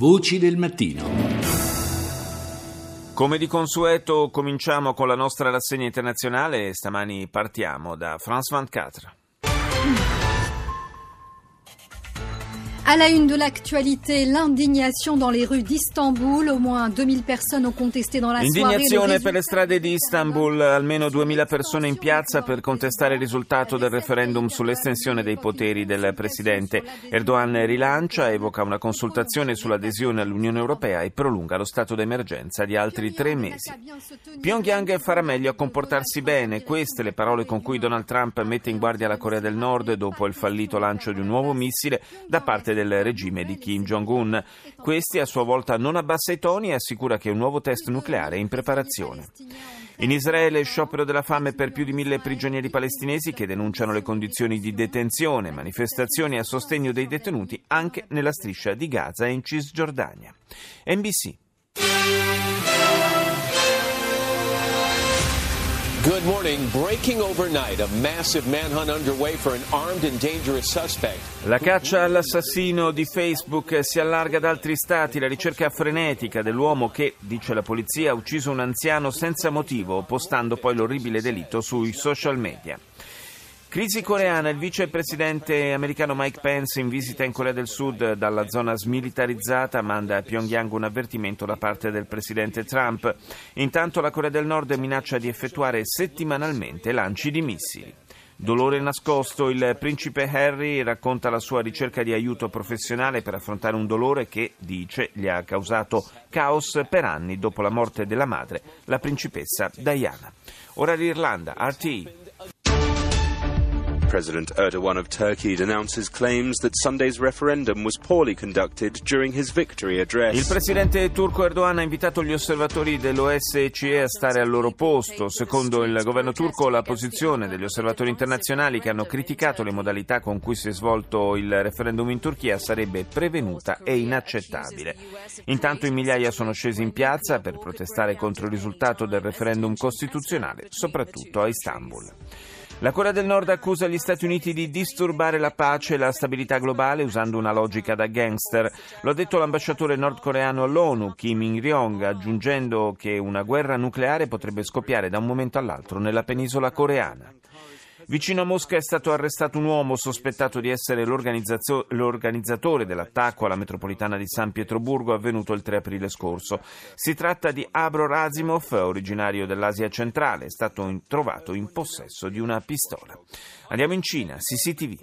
Voci del mattino. Come di consueto cominciamo con la nostra rassegna internazionale e stamani partiamo da France 24. À la une de l'actualité, l'indignation dans les rues d'Istanbul. Au moins 2000 personnes ont contesté dans la soirée. Indignazione per le strade di Istanbul, almeno 2000 persone in piazza per contestare il risultato del referendum sull'estensione dei poteri del presidente. Erdogan rilancia, evoca una consultazione sull'adesione all'Unione Europea e prolunga lo stato d'emergenza di altri 3 mesi. Pyongyang farà meglio a comportarsi bene, queste le parole con cui Donald Trump mette in guardia la Corea del Nord dopo il fallito lancio di un nuovo missile da parte del regime di Kim Jong-un. Questi a sua volta non abbassa i toni e assicura che un nuovo test nucleare è in preparazione. In Israele sciopero della fame per più di 1000 prigionieri palestinesi che denunciano le condizioni di detenzione, manifestazioni a sostegno dei detenuti anche nella striscia di Gaza e in Cisgiordania. NBC. Good morning. Breaking overnight, a massive manhunt underway for an armed and dangerous suspect. La caccia all'assassino di Facebook si allarga ad altri stati. La ricerca frenetica dell'uomo che, dice la polizia, ha ucciso un anziano senza motivo, postando poi l'orribile delitto sui social media. Crisi coreana, il vicepresidente americano Mike Pence in visita in Corea del Sud dalla zona smilitarizzata manda a Pyongyang un avvertimento da parte del presidente Trump. Intanto la Corea del Nord minaccia di effettuare settimanalmente lanci di missili. Dolore nascosto, il principe Harry racconta la sua ricerca di aiuto professionale per affrontare un dolore che, dice, gli ha causato caos per anni dopo la morte della madre, la principessa Diana. Ora l'Irlanda, RTE. President Erdogan of Turkey denounces claims that Sunday's referendum was poorly conducted during his victory address. Il presidente turco Erdogan ha invitato gli osservatori dell'OSCE a stare al loro posto. Secondo il governo turco, la posizione degli osservatori internazionali che hanno criticato le modalità con cui si è svolto il referendum in Turchia sarebbe prevenuta e inaccettabile. Intanto in migliaia sono scesi in piazza per protestare contro il risultato del referendum costituzionale, soprattutto a Istanbul. La Corea del Nord accusa gli Stati Uniti di disturbare la pace e la stabilità globale usando una logica da gangster. Lo ha detto l'ambasciatore nordcoreano all'ONU, Kim Il-ryong, aggiungendo che una guerra nucleare potrebbe scoppiare da un momento all'altro nella penisola coreana. Vicino a Mosca è stato arrestato un uomo sospettato di essere l'organizzatore dell'attacco alla metropolitana di San Pietroburgo avvenuto il 3 aprile scorso. Si tratta di Abror Azimov, originario dell'Asia centrale, è stato trovato in possesso di una pistola. Andiamo in Cina, CCTV.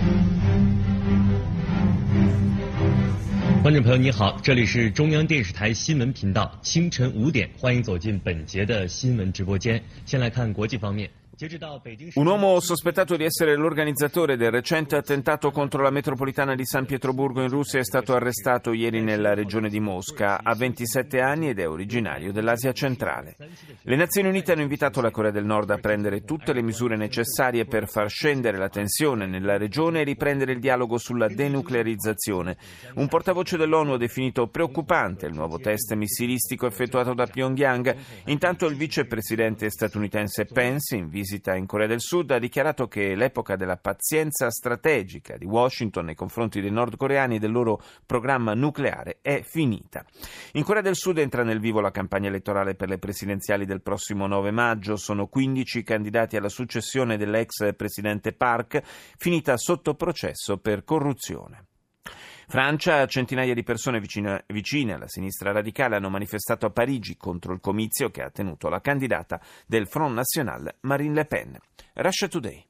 观众朋友你好，这里是中央电视台新闻频道，清晨5点，欢迎走进本节的新闻直播间。先来看国际方面。 Un uomo sospettato di essere l'organizzatore del recente attentato contro la metropolitana di San Pietroburgo in Russia è stato arrestato ieri nella regione di Mosca. Ha 27 anni ed è originario dell'Asia centrale. Le Nazioni Unite hanno invitato la Corea del Nord a prendere tutte le misure necessarie per far scendere la tensione nella regione e riprendere il dialogo sulla denuclearizzazione. Un portavoce dell'ONU ha definito preoccupante il nuovo test missilistico effettuato da Pyongyang. Intanto il vicepresidente statunitense Pence, in visita in Corea del Sud, ha dichiarato che l'epoca della pazienza strategica di Washington nei confronti dei nordcoreani e del loro programma nucleare è finita. In Corea del Sud entra nel vivo la campagna elettorale per le presidenziali del prossimo 9 maggio. Sono 15 candidati alla successione dell'ex presidente Park, finita sotto processo per corruzione. Francia, centinaia di persone vicine alla sinistra radicale hanno manifestato a Parigi contro il comizio che ha tenuto la candidata del Front National Marine Le Pen. Russia Today.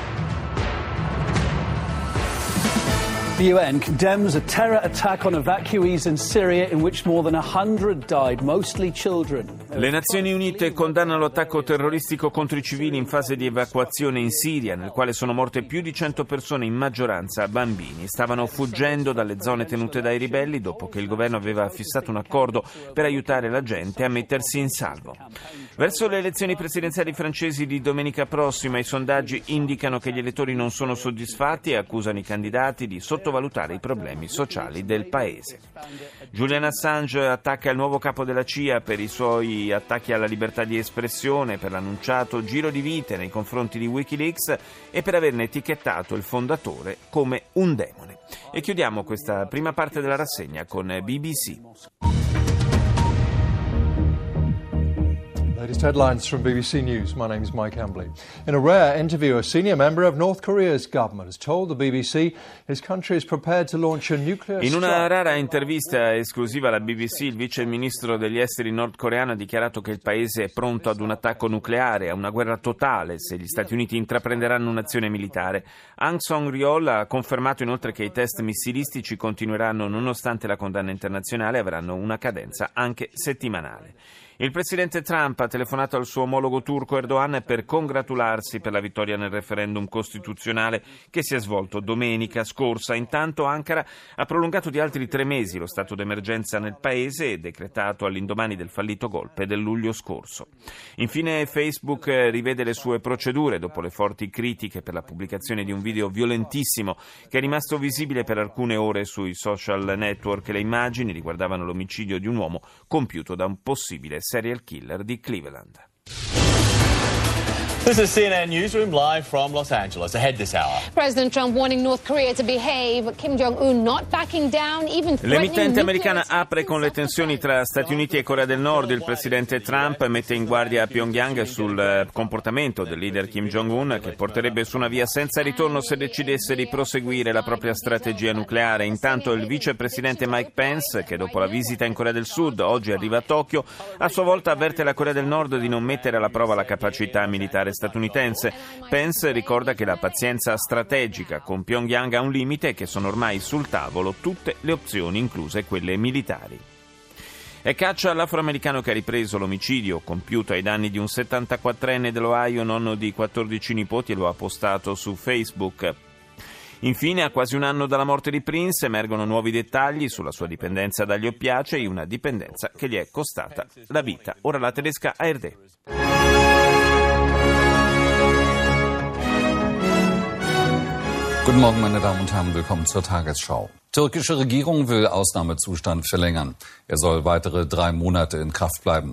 The UN condemns a terror attack on evacuees in Syria in which more than 100 died, mostly children. Le Nazioni Unite condannano l'attacco terroristico contro i civili in fase di evacuazione in Siria, nel quale sono morte più di 100 persone, in maggioranza bambini. Stavano fuggendo dalle zone tenute dai ribelli dopo che il governo aveva fissato un accordo per aiutare la gente a mettersi in salvo. Verso le elezioni presidenziali francesi di domenica prossima, i sondaggi indicano che gli elettori non sono soddisfatti e accusano i candidati di sottovalutare sottovalutare i problemi sociali del paese. Julian Assange attacca il nuovo capo della CIA per i suoi attacchi alla libertà di espressione, per l'annunciato giro di vite nei confronti di Wikileaks e per averne etichettato il fondatore come un demone. E chiudiamo questa prima parte della rassegna con BBC. Latest headlines from BBC News. My name is Mike Hambley. In a rare interview, a senior member of North Korea's government has told the BBC his country is prepared to launch a nuclear strike. In una rara intervista esclusiva alla BBC, il vice ministro degli esteri nordcoreano ha dichiarato che il paese è pronto ad un attacco nucleare, a una guerra totale se gli Stati Uniti intraprenderanno un'azione militare. Aung San Ryol ha confermato inoltre che i test missilistici continueranno nonostante la condanna internazionale e avranno una cadenza anche settimanale. Il presidente Trump ha telefonato al suo omologo turco Erdogan per congratularsi per la vittoria nel referendum costituzionale che si è svolto domenica scorsa. Intanto Ankara ha prolungato di altri 3 mesi lo stato d'emergenza nel paese, decretato all'indomani del fallito golpe del luglio scorso. Infine Facebook rivede le sue procedure dopo le forti critiche per la pubblicazione di un video violentissimo che è rimasto visibile per alcune ore sui social network. Le immagini riguardavano l'omicidio di un uomo compiuto da un possibile serial killer di Cleveland. This is CNN Newsroom live from Los Angeles. Ahead this hour. President Trump warning North Korea to behave. Kim Jong-un not backing down, even threatening. L'emittente americana apre con le tensioni tra Stati Uniti e Corea del Nord. Il presidente Trump mette in guardia Pyongyang sul comportamento del leader Kim Jong-un, che porterebbe su una via senza ritorno se decidesse di proseguire la propria strategia nucleare. Intanto il vicepresidente Mike Pence, che dopo la visita in Corea del Sud oggi arriva a Tokyo, a sua volta avverte la Corea del Nord di non mettere alla prova la capacità militare statunitense. Pence ricorda che la pazienza strategica con Pyongyang ha un limite e che sono ormai sul tavolo tutte le opzioni, incluse quelle militari. E caccia all'afroamericano che ha ripreso l'omicidio compiuto ai danni di un 74enne dell'Ohio, nonno di 14 nipoti, e lo ha postato su Facebook. Infine, a quasi un anno dalla morte di Prince, emergono nuovi dettagli sulla sua dipendenza dagli oppiacei, una dipendenza che gli è costata la vita. Ora la tedesca ARD. Guten Morgen, meine Damen und Herren, willkommen zur Tagesschau. Türkische Regierung will Ausnahmezustand verlängern. Er soll weitere 3 Monate in Kraft bleiben.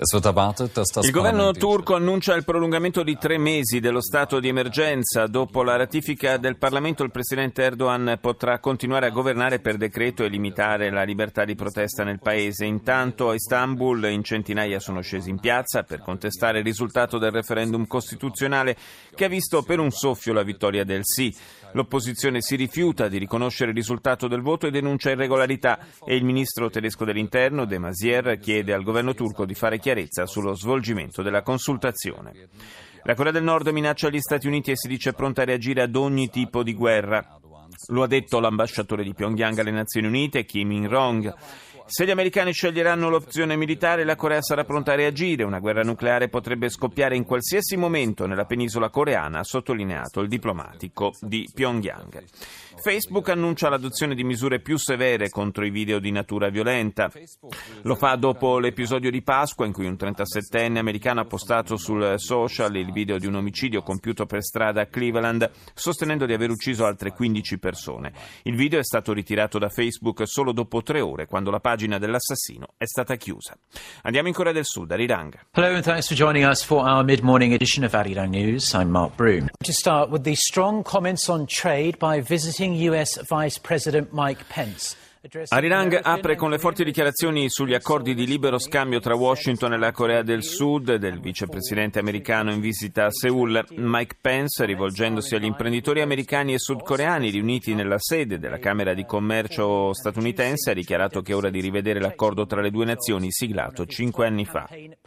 Il governo turco annuncia il prolungamento di 3 mesi dello stato di emergenza. Dopo la ratifica del Parlamento, il presidente Erdogan potrà continuare a governare per decreto e limitare la libertà di protesta nel paese. Intanto a Istanbul in centinaia sono scesi in piazza per contestare il risultato del referendum costituzionale che ha visto per un soffio la vittoria del sì. L'opposizione si rifiuta di riconoscere il risultato del voto e denuncia irregolarità, e il ministro tedesco dell'interno, De Maizière, chiede al governo turco di fare chiarezza sullo svolgimento della consultazione. La Corea del Nord minaccia gli Stati Uniti e si dice pronta a reagire ad ogni tipo di guerra. Lo ha detto l'ambasciatore di Pyongyang alle Nazioni Unite, Kim In-rong. Se gli americani sceglieranno l'opzione militare, la Corea sarà pronta a reagire. Una guerra nucleare potrebbe scoppiare in qualsiasi momento nella penisola coreana, ha sottolineato il diplomatico di Pyongyang. Facebook annuncia l'adozione di misure più severe contro i video di natura violenta. Lo fa dopo l'episodio di Pasqua in cui un 37enne americano ha postato sul social il video di un omicidio compiuto per strada a Cleveland, sostenendo di aver ucciso altre 15 persone. Il video è stato ritirato da Facebook solo dopo 3 ore, quando la pagina dell'assassino è stata chiusa. Andiamo in Corea del Sud, Arirang. Hello and thanks for joining us for our mid-morning edition of Arirang News. I'm Mark Broom. To start with the strong comments on trade by visiting US Vice President Mike Pence. Arirang apre con le forti dichiarazioni sugli accordi di libero scambio tra Washington e la Corea del Sud del vicepresidente americano in visita a Seul. Mike Pence, rivolgendosi agli imprenditori americani e sudcoreani riuniti nella sede della Camera di Commercio statunitense, ha dichiarato che è ora di rivedere l'accordo tra le due nazioni siglato 5 anni fa.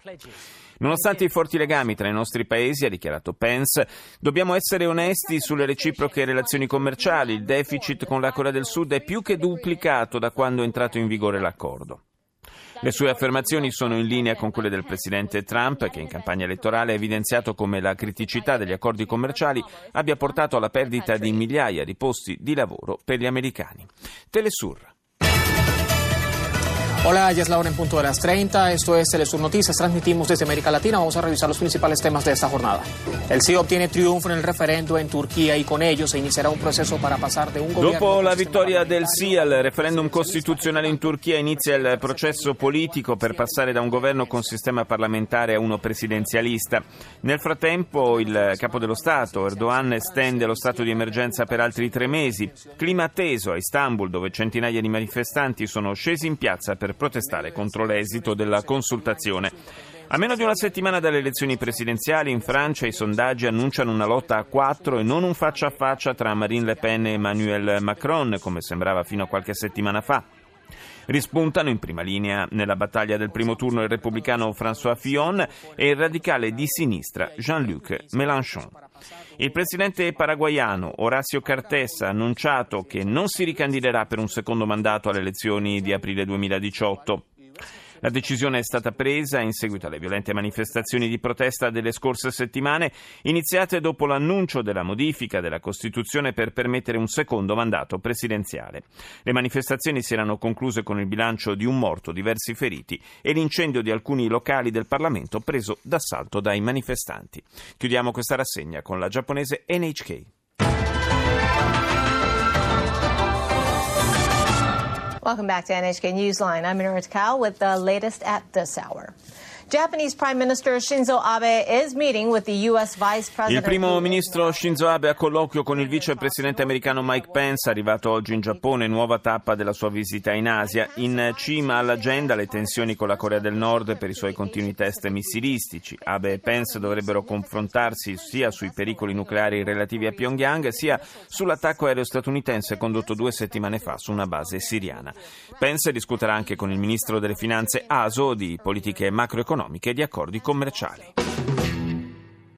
Nonostante i forti legami tra i nostri paesi, ha dichiarato Pence, dobbiamo essere onesti sulle reciproche relazioni commerciali. Il deficit con la Corea del Sud è più che duplicato da quando è entrato in vigore l'accordo. Le sue affermazioni sono in linea con quelle del presidente Trump, che in campagna elettorale ha evidenziato come la criticità degli accordi commerciali abbia portato alla perdita di migliaia di posti di lavoro per gli americani. Telesur. Hola, ya es la hora en punto de las 30. Esto es Telesur Noticias. Transmitimos desde América Latina. Vamos a revisar los principales temas de esta jornada. El sí obtiene triunfo en el referendo en Turchia y con ello se iniciará un proceso para pasar de un gobierno... Dopo la vittoria del sì al referendum costituzionale in Turchia inizia il processo politico per passare da un governo con sistema parlamentare a uno presidenzialista. Nel frattempo il capo dello Stato, Erdogan, estende lo stato di emergenza per altri 3 mesi. Clima teso a Istanbul, dove centinaia di manifestanti sono scesi in piazza per protestare contro l'esito della consultazione. A meno di una settimana dalle elezioni presidenziali in Francia i sondaggi annunciano una lotta a 4 e non un faccia a faccia tra Marine Le Pen e Emmanuel Macron, come sembrava fino a qualche settimana fa. Rispuntano in prima linea nella battaglia del primo turno il repubblicano François Fillon e il radicale di sinistra Jean-Luc Mélenchon. Il presidente paraguaiano Horacio Cartes ha annunciato che non si ricandiderà per un secondo mandato alle elezioni di aprile 2018. La decisione è stata presa in seguito alle violente manifestazioni di protesta delle scorse settimane, iniziate dopo l'annuncio della modifica della Costituzione per permettere un secondo mandato presidenziale. Le manifestazioni si erano concluse con il bilancio di un morto, diversi feriti e l'incendio di alcuni locali del Parlamento preso d'assalto dai manifestanti. Chiudiamo questa rassegna con la giapponese NHK. Welcome back to NHK Newsline. I'm Minoru Takao with the latest at this hour. Japanese Prime Minister Shinzo Abe is meeting with the US Vice President. Il primo ministro Shinzo Abe a colloquio con il vicepresidente americano Mike Pence, arrivato oggi in Giappone, nuova tappa della sua visita in Asia. In cima all'agenda le tensioni con la Corea del Nord per i suoi continui test missilistici. Abe e Pence dovrebbero confrontarsi sia sui pericoli nucleari relativi a Pyongyang, sia sull'attacco aereo statunitense condotto 2 settimane fa su una base siriana. Pence discuterà anche con il ministro delle finanze Aso di politiche macroeconomiche e di accordi commerciali.